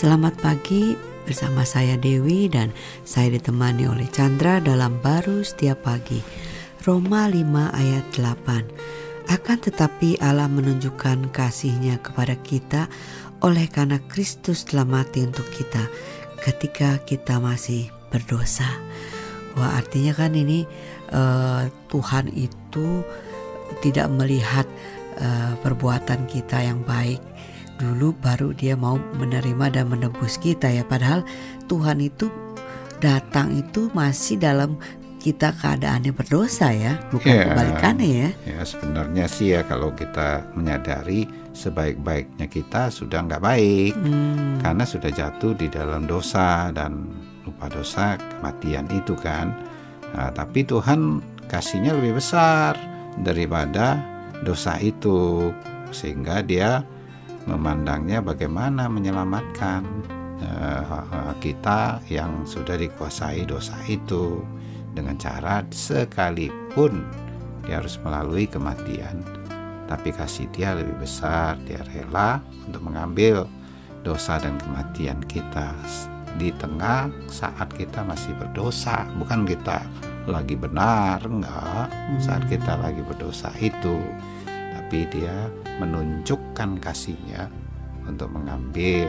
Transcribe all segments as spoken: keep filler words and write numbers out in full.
Selamat pagi, bersama saya Dewi dan saya ditemani oleh Chandra dalam Baru Setiap Pagi. Roma lima ayat delapan. Akan tetapi Allah menunjukkan kasih-Nya kepada kita oleh karena Kristus telah mati untuk kita ketika kita masih berdosa. Wah, artinya kan ini uh, Tuhan itu tidak melihat uh, perbuatan kita yang baik dulu baru Dia mau menerima dan menebus kita ya. Padahal Tuhan itu datang itu masih dalam kita keadaannya berdosa ya, bukan ya, kebalikannya ya. Ya sebenarnya sih ya, kalau kita menyadari sebaik-baiknya kita sudah nggak baik, hmm. karena sudah jatuh di dalam dosa dan lupa dosa kematian itu kan. Nah, tapi Tuhan kasihnya lebih besar daripada dosa itu, sehingga Dia memandangnya bagaimana menyelamatkan uh, kita yang sudah dikuasai dosa itu dengan cara sekalipun Dia harus melalui kematian, tapi kasih Dia lebih besar. Dia rela untuk mengambil dosa dan kematian kita di tengah saat kita masih berdosa. Bukan kita lagi benar, enggak, saat kita lagi berdosa itu, tapi Dia menunjukkan kasih-Nya untuk mengambil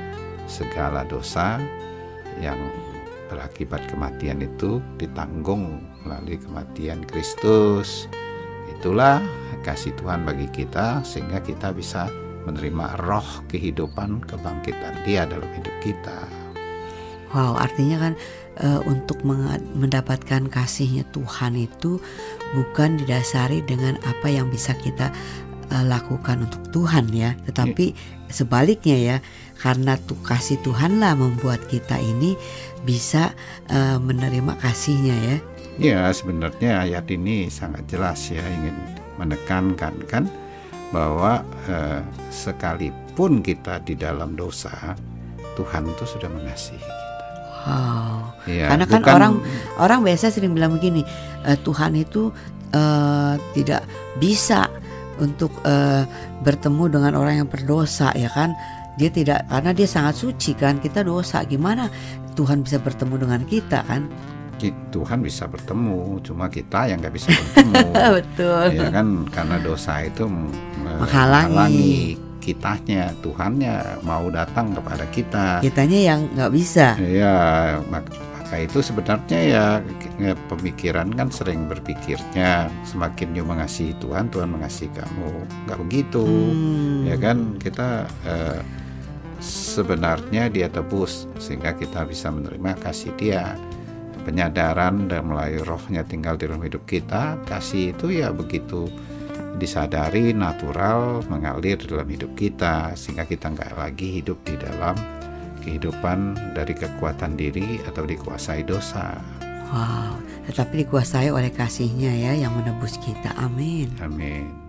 segala dosa yang berakibat kematian itu ditanggung melalui kematian Kristus. Itulah kasih Tuhan bagi kita, sehingga kita bisa menerima roh kehidupan, kebangkitan Dia dalam hidup kita. Wow, artinya kan e, untuk mendapatkan kasih-Nya Tuhan itu bukan didasari dengan apa yang bisa kita e, lakukan untuk Tuhan ya, tetapi yeah. sebaliknya ya, karena tuh kasih Tuhanlah membuat kita ini bisa e, menerima kasih-Nya ya. Ya, sebenarnya ayat ini sangat jelas ya, ingin menekankan kan bahwa e, sekalipun kita di dalam dosa, Tuhan itu sudah mengasihi kita. Wow, ya, karena kan bukan, orang orang biasa sering bilang begini, e, Tuhan itu e, tidak bisa untuk e, bertemu dengan orang yang berdosa ya kan. Dia tidak, karena Dia sangat suci kan, kita dosa, gimana Tuhan bisa bertemu dengan kita kan? Tuhan bisa bertemu, cuma kita yang nggak bisa bertemu. Betul. Ya kan, karena dosa itu menghalangi, menghalangi kitanya. Tuhannya mau datang kepada kita, kitanya yang nggak bisa. Ya, maka, maka itu sebenarnya ya, pemikiran kan sering berpikirnya semakin you mengasihi Tuhan, Tuhan mengasihi kamu. Nggak begitu, hmm. ya kan? Kita eh, sebenarnya Dia tebus sehingga kita bisa menerima kasih Dia. Penyadaran dan melalui rohnya tinggal di dalam hidup kita. Kasih itu ya begitu disadari, natural mengalir dalam hidup kita, sehingga kita nggak lagi hidup di dalam kehidupan dari kekuatan diri atau dikuasai dosa. Wow, tetapi dikuasai oleh kasih-Nya ya yang menebus kita. Amin. Amin.